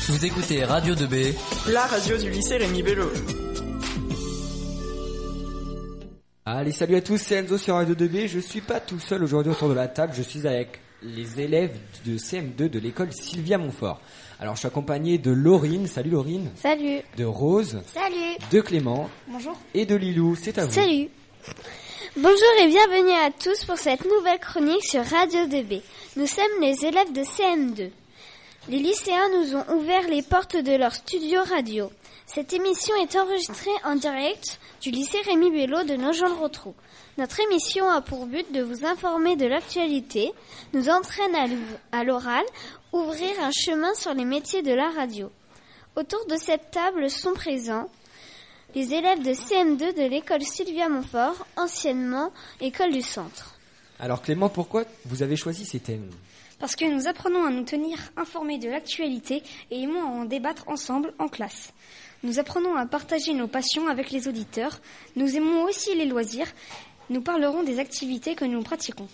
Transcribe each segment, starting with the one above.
Vous écoutez Radio 2B, la radio du lycée Rémi Bello. Allez, salut à tous, c'est Enzo sur Radio 2B. Je suis pas tout seul aujourd'hui autour de la table, je suis avec les élèves de CM2 de l'école Sylvia Montfort. Alors, je suis accompagné de Laurine. Salut Laurine. Salut. De Rose. Salut. De Clément. Bonjour. Et de Lilou. C'est à vous. Salut. Bonjour et bienvenue à tous pour cette nouvelle chronique sur Radio 2B. Nous sommes les élèves de CM2. Les lycéens nous ont ouvert les portes de leur studio radio. Cette émission est enregistrée en direct du lycée Rémi Bello de Nogent-le-Rotrou. Notre émission a pour but de vous informer de l'actualité, nous entraîne à l'oral, ouvrir un chemin sur les métiers de la radio. Autour de cette table sont présents les élèves de CM2 de l'école Sylvia Montfort, anciennement école du centre. Alors Clément, pourquoi vous avez choisi ces thèmes ? Parce que nous apprenons à nous tenir informés de l'actualité et aimons à en débattre ensemble en classe. Nous apprenons à partager nos passions avec les auditeurs. Nous aimons aussi les loisirs. Nous parlerons des activités que nous pratiquons.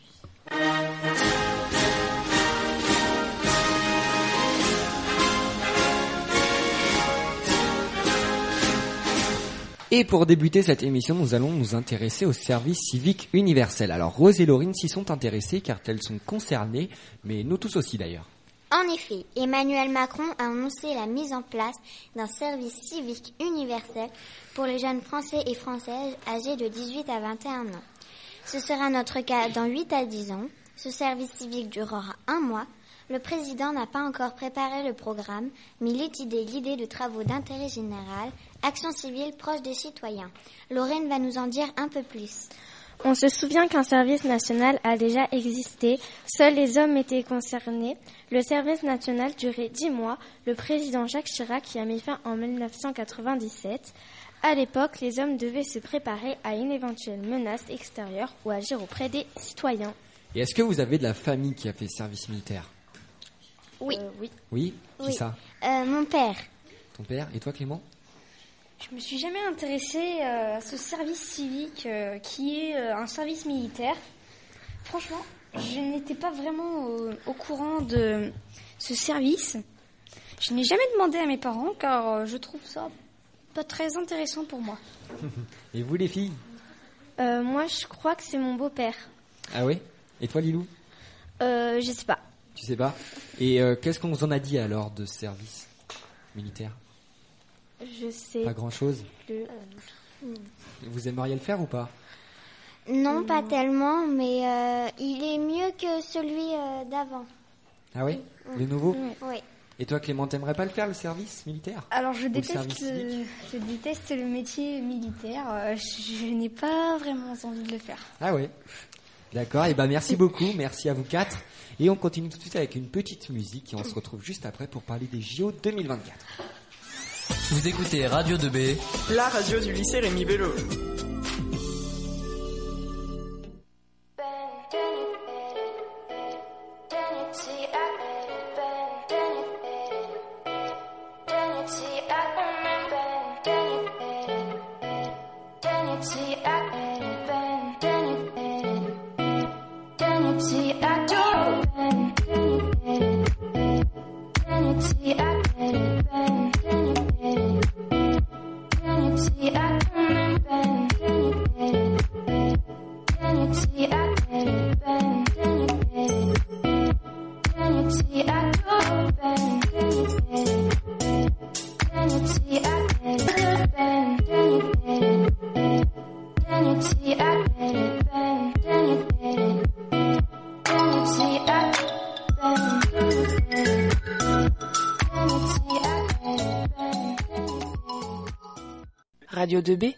Et pour débuter cette émission, nous allons nous intéresser au service civique universel. Alors Rose et Laurine s'y sont intéressées car elles sont concernées, mais nous tous aussi d'ailleurs. En effet, Emmanuel Macron a annoncé la mise en place d'un service civique universel pour les jeunes Français et Françaises âgés de 18 à 21 ans. Ce sera notre cas dans 8 à 10 ans. Ce service civique durera 1 mois. Le président n'a pas encore préparé le programme, mais il étudie l'idée de travaux d'intérêt général, action civile proche des citoyens. Lorraine va nous en dire un peu plus. On se souvient qu'un service national a déjà existé. Seuls les hommes étaient concernés. Le service national durait 10 mois. Le président Jacques Chirac y a mis fin en 1997. À l'époque, les hommes devaient se préparer à une éventuelle menace extérieure ou agir auprès des citoyens. Et est-ce que vous avez de la famille qui a fait service militaire ? Oui. Oui. Qui ça ? Mon père. Ton père ? Et toi Clément ? Je me suis jamais intéressée à ce service civique qui est un service militaire. Franchement, je n'étais pas vraiment au courant de ce service. Je n'ai jamais demandé à mes parents car je trouve ça pas très intéressant pour moi. Et vous les filles ? Moi, je crois que c'est mon beau-père. Ah oui ? Et toi Lilou ? Je sais pas. Tu sais pas ? Et qu'est-ce qu'on vous en a dit alors de ce service militaire ? Je sais pas grand-chose. plus. Vous aimeriez le faire ou pas ? Non, pas tellement, mais il est mieux que celui d'avant. Ah oui ? Le nouveau ? Oui. Et toi Clément, t'aimerais pas le faire le service militaire ? Alors je service déteste le métier militaire. Je n'ai pas vraiment envie de le faire. Ah oui. D'accord, et merci beaucoup, merci à vous 4. Et on continue tout de suite avec une petite musique et on se retrouve juste après pour parler des JO 2024. Vous écoutez Radio 2B, la radio du lycée Rémi Bello. Radio 2B.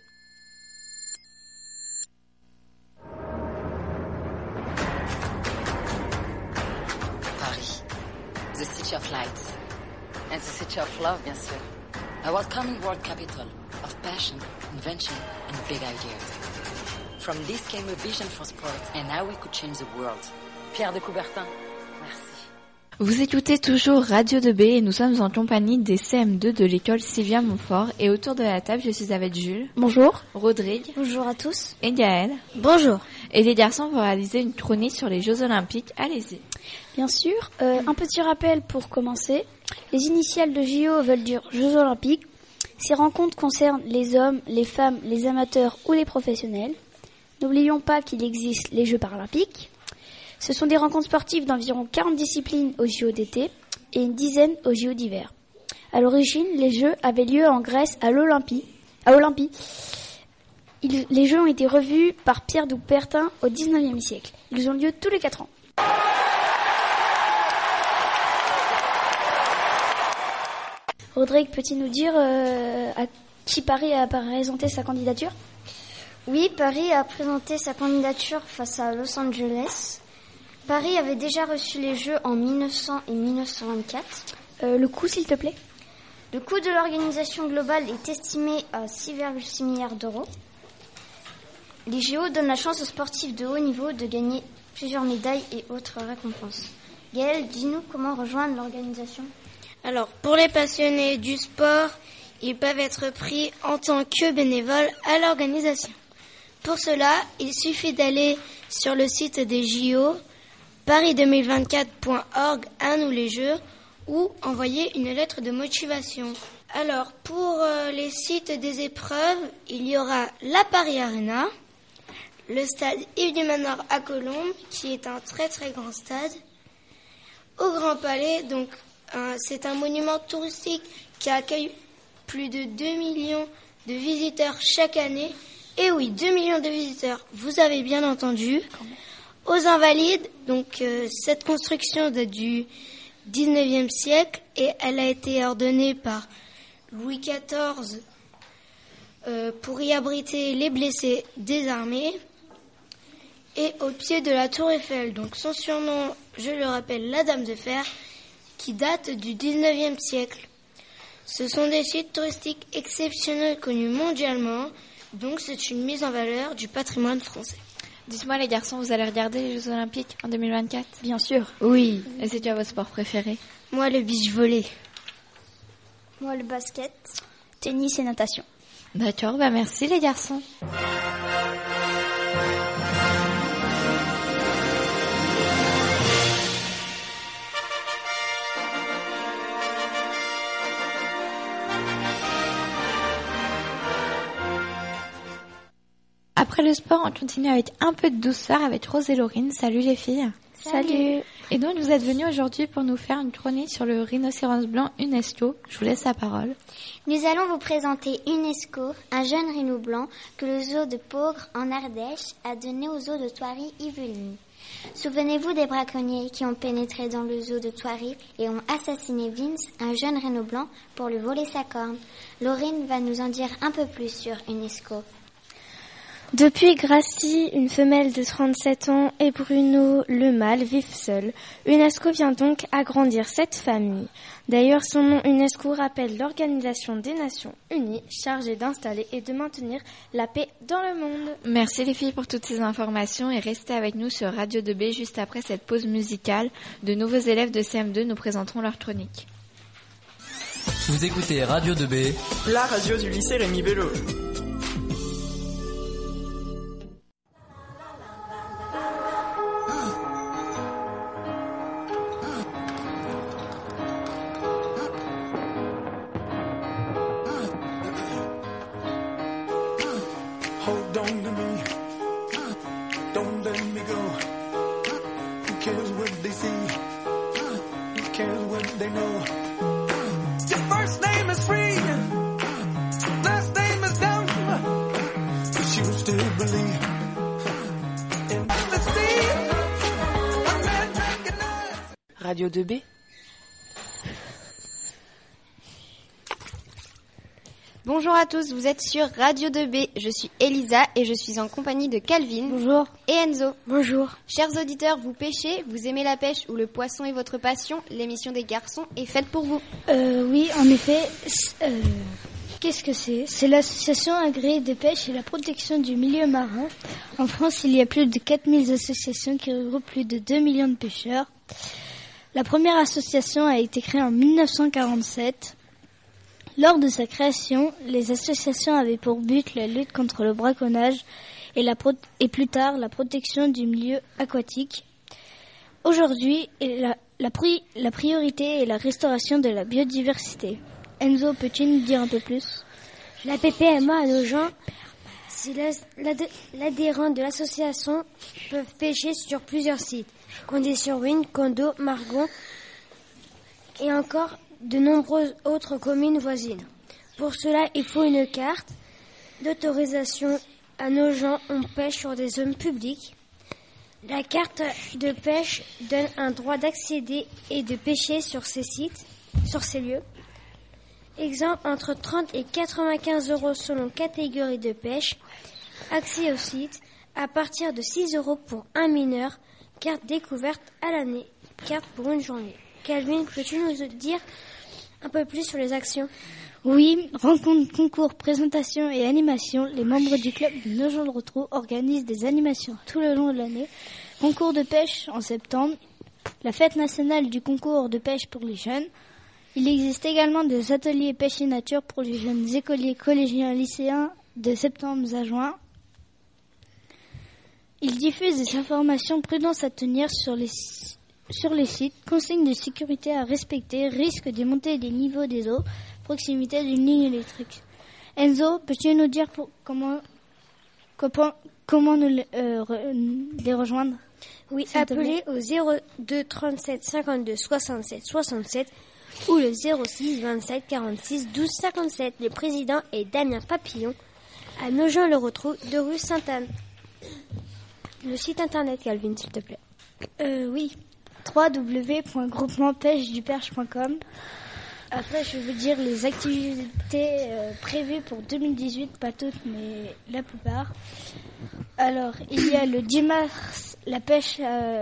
Paris, the city of lights, and the city of love, bien sûr. A welcoming world capital of passion, invention, and big ideas. From this came a vision for sport, and how we could change the world. Pierre de Coubertin, merci. Vous écoutez toujours Radio 2B et nous sommes en compagnie des CM2 de l'école Sylvia Montfort. Et autour de la table, je suis avec Jules. Bonjour. Rodrigue. Bonjour à tous. Et Gaëlle. Bonjour. Et les garçons vont réaliser une chronique sur les Jeux Olympiques. Allez-y. Bien sûr. Un petit rappel pour commencer. Les initiales de JO veulent dire Jeux Olympiques. Ces rencontres concernent les hommes, les femmes, les amateurs ou les professionnels. N'oublions pas qu'il existe les Jeux Paralympiques. Ce sont des rencontres sportives d'environ 40 disciplines aux JO d'été et une dizaine aux JO d'hiver. À l'origine, les Jeux avaient lieu en Grèce à Olympie. Les Jeux ont été revus par Pierre de Coubertin au XIXe siècle. Ils ont lieu tous les 4 ans. Rodrigue, peux-tu nous dire à qui Paris a présenté sa candidature ? Oui, Paris a présenté sa candidature face à Los Angeles. Paris avait déjà reçu les Jeux en 1900 et 1924. Le coût, s'il te plaît ? Le coût de l'organisation globale est estimé à 6,6 milliards d'euros. Les JO donnent la chance aux sportifs de haut niveau de gagner plusieurs médailles et autres récompenses. Gaëlle, dis-nous comment rejoindre l'organisation. Alors, pour les passionnés du sport, ils peuvent être pris en tant que bénévoles à l'organisation. Pour cela, il suffit d'aller sur le site des JO, paris2024.org, à nous les Jeux, ou envoyer une lettre de motivation. Alors, pour les sites des épreuves, il y aura la Paris Arena, le stade Yves du Manoir à Colombes, qui est un très très grand stade, au Grand Palais, donc c'est un monument touristique qui accueille plus de 2 millions de visiteurs chaque année. Et oui, 2 millions de visiteurs, vous avez bien entendu. Aux Invalides, donc cette construction date du 19e siècle et elle a été ordonnée par Louis XIV pour y abriter les blessés des armées. Et au pied de la Tour Eiffel, donc son surnom, je le rappelle, la Dame de Fer, qui date du 19e siècle. Ce sont des sites touristiques exceptionnels connus mondialement, donc c'est une mise en valeur du patrimoine français. Dites-moi les garçons, vous allez regarder les Jeux Olympiques en 2024 ? Bien sûr. Oui. Et c'est quoi votre sport préféré ? Moi le beach-volley. Moi le basket. Tennis et natation. D'accord, merci les garçons. Après le sport, on continue avec un peu de douceur avec Rose et Laurine. Salut les filles. Salut. Et donc vous êtes venues aujourd'hui pour nous faire une chronique sur le rhinocéros blanc UNESCO. Je vous laisse la parole. Nous allons vous présenter UNESCO, un jeune rhino blanc que le zoo de Peaugres en Ardèche a donné au zoo de Thoiry-Yvelines. Souvenez-vous des braconniers qui ont pénétré dans le zoo de Thoiry et ont assassiné Vince, un jeune rhino blanc, pour lui voler sa corne. Laurine va nous en dire un peu plus sur UNESCO. Depuis Gracie, une femelle de 37 ans, et Bruno, le mâle, vivent seuls. UNESCO vient donc agrandir cette famille. D'ailleurs, son nom UNESCO rappelle l'Organisation des Nations Unies, chargée d'installer et de maintenir la paix dans le monde. Merci les filles pour toutes ces informations et restez avec nous sur Radio 2B juste après cette pause musicale. De nouveaux élèves de CM2 nous présenteront leur chronique. Vous écoutez Radio 2B, la radio du lycée Rémi Bello. Hold on to me, don't let me go. Who cares what they see? Who cares what they know? Your first name is free, last name is dumb, but you still believe in the sea. A man recognized. Radio 2B. Bonjour à tous, vous êtes sur Radio 2B. Je suis Elisa et je suis en compagnie de Calvin. Bonjour. Et Enzo. Bonjour. Chers auditeurs, vous pêchez, vous aimez la pêche ou le poisson est votre passion, l'émission des garçons est faite pour vous. Oui, en effet. Qu'est-ce que c'est ? C'est l'association agréée de pêche et la protection du milieu marin. En France, il y a plus de 4000 associations qui regroupent plus de 2 millions de pêcheurs. La première association a été créée en 1947. Lors de sa création, les associations avaient pour but la lutte contre le braconnage et plus tard la protection du milieu aquatique. Aujourd'hui, La priorité est la restauration de la biodiversité. Enzo, peux-tu nous dire un peu plus? La PPMA à nos gens, si l'adhérent de l'association peuvent pêcher sur plusieurs sites, Conditions Ruines, Condo, Margon et encore de nombreuses autres communes voisines. Pour cela, il faut une carte d'autorisation à nos gens. On pêche sur des zones publiques. La carte de pêche donne un droit d'accéder et de pêcher sur ces sites, sur ces lieux. Exemple, entre 30 et 95 € selon catégorie de pêche. Accès au site à partir de 6 € pour un mineur. Carte découverte à l'année. Carte pour une journée. Calvin, peux-tu nous dire un peu plus sur les actions? Oui, rencontres, concours, présentations et animations. Les membres du club de Nogent-le-Rotrou organisent des animations tout le long de l'année. Concours de pêche en septembre. La fête nationale du concours de pêche pour les jeunes. Il existe également des ateliers pêche et nature pour les jeunes écoliers, collégiens, lycéens de septembre à juin. Il diffuse des informations prudence à tenir sur les sites, consignes de sécurité à respecter, risque de montée des niveaux des eaux, proximité d'une ligne électrique. Enzo, peux-tu nous dire comment nous les rejoindre? Oui, appelez au 02 37 52 67 67 ou le 06 27 46 12 57. Le président est Damien Papillon à Nogent-le-Rotrou, 2 rue Sainte-Anne. Le site internet, Calvin, s'il te plaît. Oui, www.groupementpêcheduperche.com. Après, je vais vous dire les activités prévues pour 2018, pas toutes, mais la plupart. Alors, il y a le 10 mars, la pêche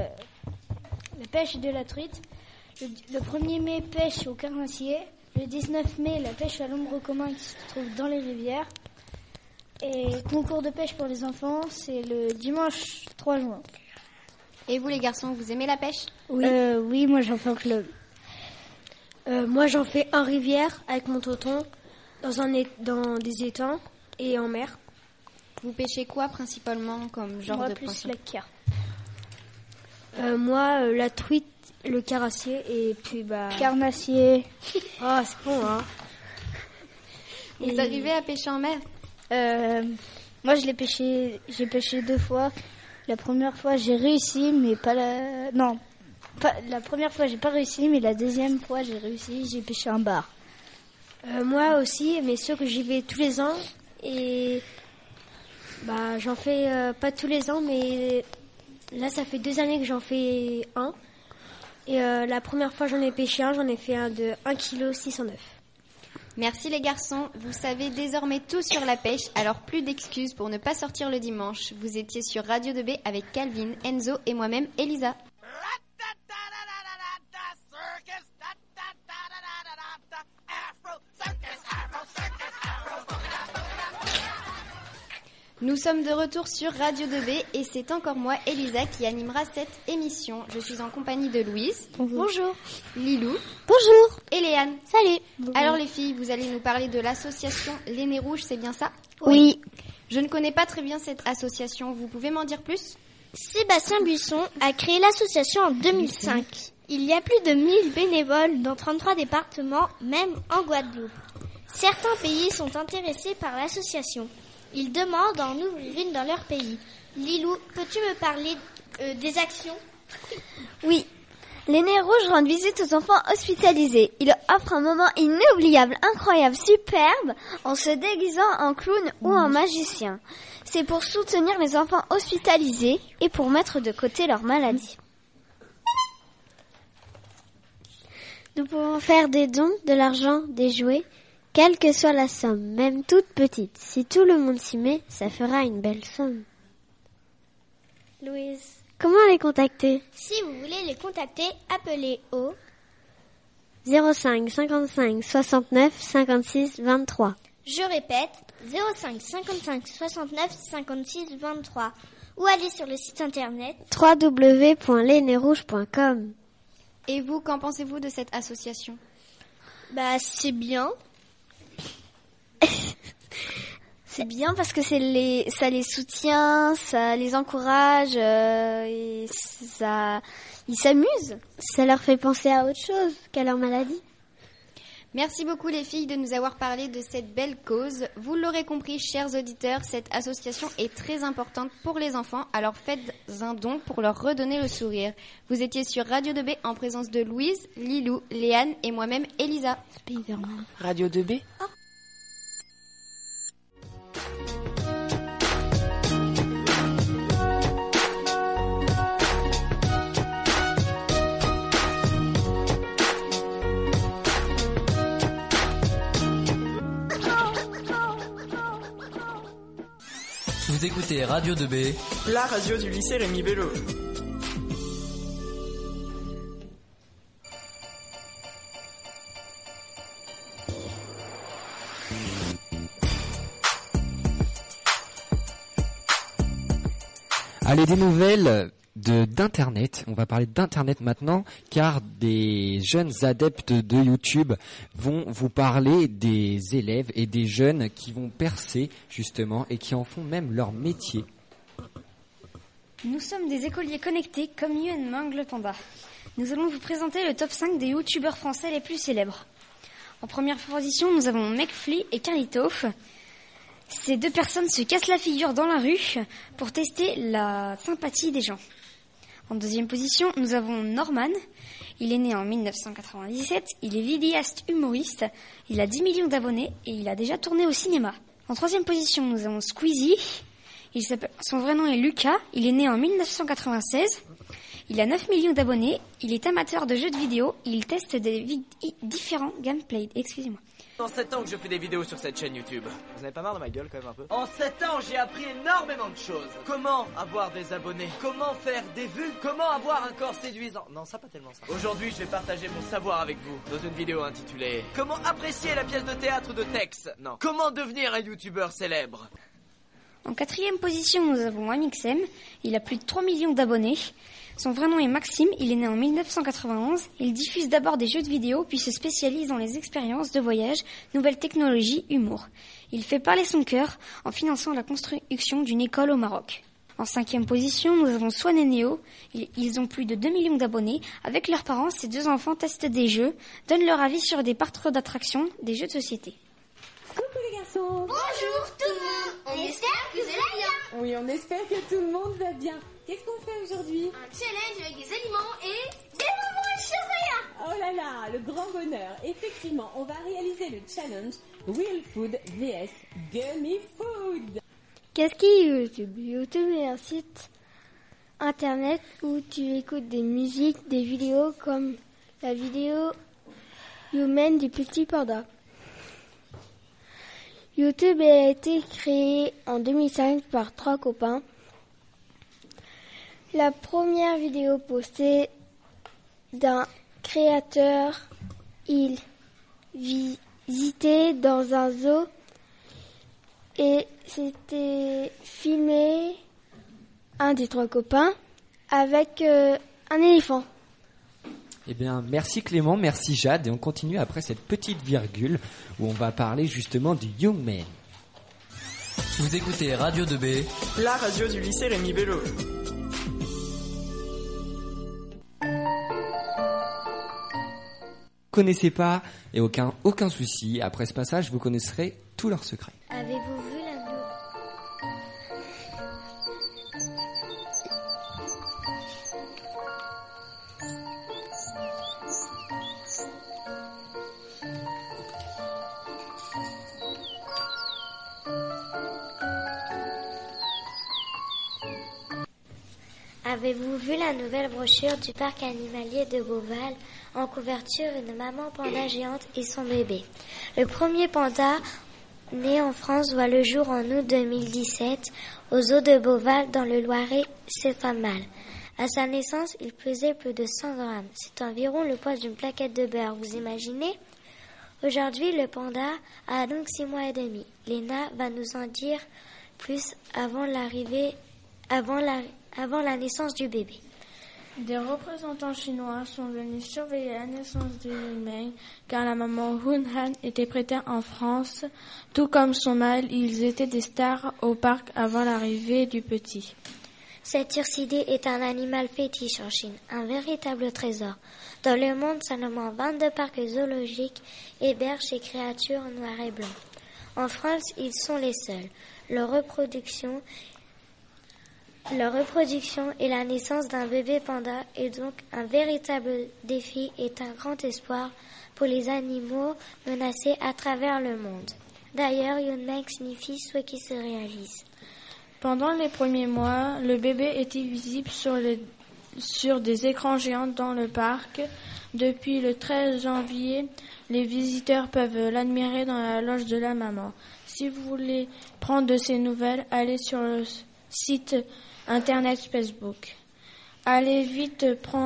de la truite. Le 1er mai, pêche au carnassier. Le 19 mai, la pêche à l'ombre commun qui se trouve dans les rivières. Et concours de pêche pour les enfants, c'est le dimanche 3 juin. Et vous les garçons, vous aimez la pêche? Oui. Oui, moi j'en fais un club. Moi j'en fais en rivière avec mon tonton, dans des étangs et en mer. Vous pêchez quoi principalement comme genre de poisson? Moi plus la carpe. Moi la truite, le carnassier et puis Carnassier. Ah, c'est bon, hein. Vous arrivez à pêcher en mer? Moi j'ai pêché 2 fois. La première fois j'ai réussi, mais la première fois j'ai pas réussi, mais la deuxième fois j'ai réussi, j'ai pêché un bar. Moi aussi, mais ceux que j'y vais tous les ans et j'en fais pas tous les ans, mais là ça fait 2 années que j'en fais un. Et la première fois j'en ai pêché un, j'en ai fait un de 1,609 kg. Merci les garçons, vous savez désormais tout sur la pêche, alors plus d'excuses pour ne pas sortir le dimanche. Vous étiez sur Radio 2B avec Calvin, Enzo et moi-même, Elisa. Nous sommes de retour sur Radio 2B et c'est encore moi, Elisa, qui animera cette émission. Je suis en compagnie de Louise. Bonjour. Lilou. Bonjour. Et Léane. Salut. Bonjour. Alors les filles, vous allez nous parler de l'association Les Nez Rouges, c'est bien ça? Oui. Je ne connais pas très bien cette association, vous pouvez m'en dire plus? Sébastien Buisson a créé l'association en 2005. Il y a plus de 1000 bénévoles dans 33 départements, même en Guadeloupe. Certains pays sont intéressés par l'association. Ils demandent d'en ouvrir une dans leur pays. Lilou, peux-tu me parler des actions? Oui. Les Nez Rouges rendent visite aux enfants hospitalisés. Ils offrent un moment inoubliable, incroyable, superbe, en se déguisant en clown ou en magicien. C'est pour soutenir les enfants hospitalisés et pour mettre de côté leur maladie. Nous pouvons faire des dons, de l'argent, des jouets, quelle que soit la somme, même toute petite. Si tout le monde s'y met, ça fera une belle somme. Louise. Comment les contacter? Si vous voulez les contacter, appelez au 05 55 69 56 23. Je répète, 05 55 69 56 23. Ou allez sur le site internet www.lesnezrouges.com. Et vous, qu'en pensez-vous de cette association? C'est bien. C'est bien parce que ça les soutient, ça les encourage et ils s'amusent. Ça leur fait penser à autre chose qu'à leur maladie. Merci beaucoup les filles de nous avoir parlé de cette belle cause. Vous l'aurez compris, chers auditeurs, cette association est très importante pour les enfants, alors faites un don pour leur redonner le sourire. Vous étiez sur Radio 2B en présence de Louise, Lilou, Léane et moi-même Elisa. Radio 2B. Vous écoutez Radio 2B, la radio du lycée Rémi Bello. Allez, des nouvelles d'internet. On va parler d'internet maintenant, car des jeunes adeptes de YouTube vont vous parler des élèves et des jeunes qui vont percer justement et qui en font même leur métier. Nous sommes des écoliers connectés comme Yuen Mang le panda. Nous allons vous présenter le top 5 des youtubeurs français les plus célèbres. En première position, nous avons McFly et Carlito. Ces deux personnes se cassent la figure dans la rue pour tester la sympathie des gens. En deuxième position, nous avons Norman. Il est né en 1997, il est vidéaste humoriste, il a 10 millions d'abonnés et il a déjà tourné au cinéma. En troisième position, nous avons Squeezie. Son vrai nom est Lucas, il est né en 1996, il a 9 millions d'abonnés, il est amateur de jeux de vidéo, il teste différents gameplays. Excusez-moi. En 7 ans que je fais des vidéos sur cette chaîne YouTube. Vous n'avez pas marre de ma gueule quand même un peu? En 7 ans, j'ai appris énormément de choses. Comment avoir des abonnés? Comment faire des vues? Comment avoir un corps séduisant? Non, ça pas tellement ça. Aujourd'hui, je vais partager mon savoir avec vous dans une vidéo intitulée Comment apprécier la pièce de théâtre de Tex? Non. Comment devenir un youtubeur célèbre? En quatrième position, nous avons Amixem. Il a plus de 3 millions d'abonnés. Son vrai nom est Maxime, il est né en 1991. Il diffuse d'abord des jeux de vidéo, puis se spécialise dans les expériences de voyage, nouvelles technologies, humour. Il fait parler son cœur en finançant la construction d'une école au Maroc. En cinquième position, nous avons Swan et Neo. Ils ont plus de 2 millions d'abonnés. Avec leurs parents, ces deux enfants testent des jeux, donnent leur avis sur des parcs d'attractions, des jeux de société. Coucou les garçons. Bonjour tout le monde. On espère que vous allez bien. Oui, on espère que tout le monde va bien. Qu'est-ce qu'on fait aujourd'hui? Un challenge avec des aliments et des moments chauffants. Oh là là, le grand bonheur. Effectivement, on va réaliser le challenge Real Food vs Gummy Food. Qu'est-ce qu'est YouTube? YouTube est un site internet où tu écoutes des musiques, des vidéos comme la vidéo Human du petit panda. YouTube a été créé en 2005 par 3 copains. La première vidéo postée d'un créateur, il visitait dans un zoo et c'était filmé un des 3 copains avec un éléphant. Eh bien, merci Clément, merci Jade, et on continue après cette petite virgule où on va parler justement du Young Man. Vous écoutez Radio 2B, la radio du lycée Rémi Bello. Connaissez pas et aucun souci, après ce passage vous connaîtrez tous leurs secrets. Avez-vous vu la Avez-vous vu la nouvelle brochure du parc animalier de Beauval? En couverture, une maman panda géante et son bébé. Le premier panda né en France voit le jour en août 2017 au zoo de Beauval dans le Loiret. C'est un mâle. À sa naissance, il pesait plus de 100 grammes. C'est environ le poids d'une plaquette de beurre, vous imaginez? Aujourd'hui, le panda a donc 6 mois et demi. Léna va nous en dire plus avant la naissance du bébé. Des représentants chinois sont venus surveiller la naissance de Yunmeng car la maman Hun Han était prêtée en France. Tout comme son mâle, ils étaient des stars au parc avant l'arrivée du petit. Cette hircidée est un animal fétiche en Chine, un véritable trésor. Dans le monde, seulement 22 parcs zoologiques hébergent ces créatures en noir et blanc. En France, ils sont les seuls. Leur reproduction et la naissance d'un bébé panda est donc un véritable défi et un grand espoir pour les animaux menacés à travers le monde. D'ailleurs, Yunmeng signifie souhait qui se réalise. Pendant les premiers mois, le bébé était visible sur des écrans géants dans le parc. Depuis le 13 janvier, les visiteurs peuvent l'admirer dans la loge de la maman. Si vous voulez prendre de ses nouvelles, allez sur le site internet Facebook. Allez vite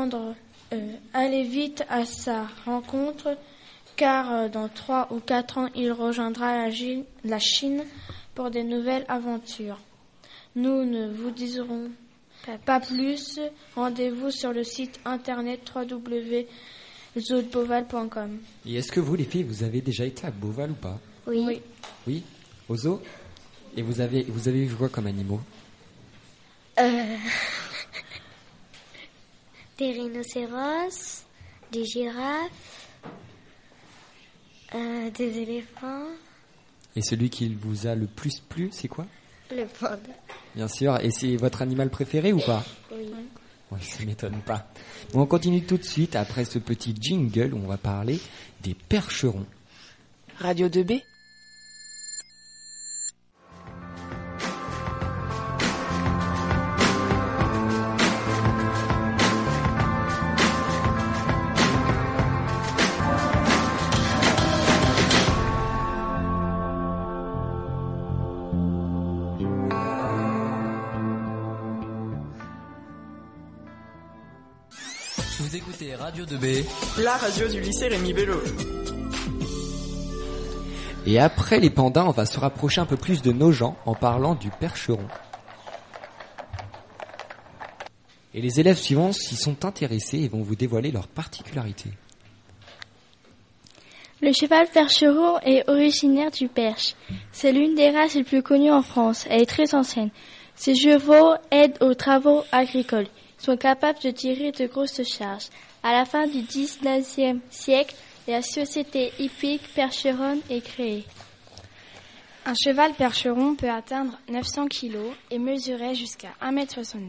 à sa rencontre, car dans 3 ou 4 ans, il rejoindra la Chine pour des nouvelles aventures. Nous ne vous dirons pas plus. Rendez-vous sur le site internet www.zoodebeauval.com. Et est-ce que vous, les filles, vous avez déjà été à Beauval ou pas? Oui. Oui, au zoo? Et vous avez vu quoi comme animaux? Des rhinocéros, des girafes, des éléphants. Et celui qui vous a le plus plu, c'est quoi? Le panda. Bien sûr. Et c'est votre animal préféré ou pas? Oui. Oui, ça m'étonne pas. Bon, on continue tout de suite après ce petit jingle où on va parler des percherons. Radio 2B. Vous écoutez Radio 2B, la radio du lycée Rémi Bello. Et après les pandas, on va se rapprocher un peu plus de nos gens en parlant du percheron. Et les élèves suivants s'y sont intéressés et vont vous dévoiler leurs particularités. Le cheval percheron est originaire du Perche. C'est l'une des races les plus connues en France. Elle est très ancienne. Ces chevaux aident aux travaux agricoles. Ils sont capables de tirer de grosses charges. À la fin du XIXe siècle, la société hippique percheronne est créée. Un cheval percheron peut atteindre 900 kg et mesurer jusqu'à 1,72 m.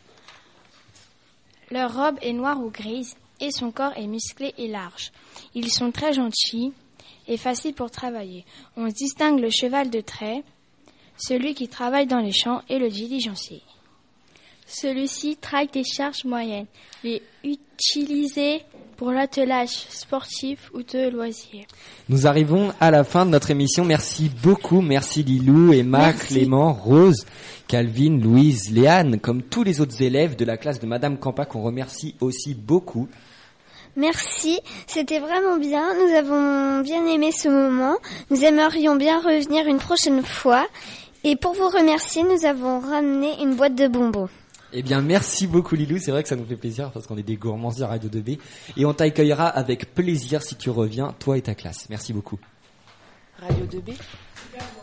Leur robe est noire ou grise et son corps est musclé et large. Ils sont très gentils et faciles pour travailler. On distingue le cheval de trait, celui qui travaille dans les champs, et le diligencier. Celui-ci traque des charges moyennes. Il est utilisé pour l'attelage sportif ou de loisirs. Nous arrivons à la fin de notre émission. Merci beaucoup. Merci Lilou, Emma, Clément, Rose, Calvin, Louise, Léane, comme tous les autres élèves de la classe de Madame Campa qu'on remercie aussi beaucoup. Merci, c'était vraiment bien. Nous avons bien aimé ce moment. Nous aimerions bien revenir une prochaine fois. Et pour vous remercier, nous avons ramené une boîte de bonbons. Eh bien, merci beaucoup Lilou, c'est vrai que ça nous fait plaisir parce qu'on est des gourmands sur Radio 2B et on t'accueillera avec plaisir si tu reviens, toi et ta classe. Merci beaucoup. Radio 2B.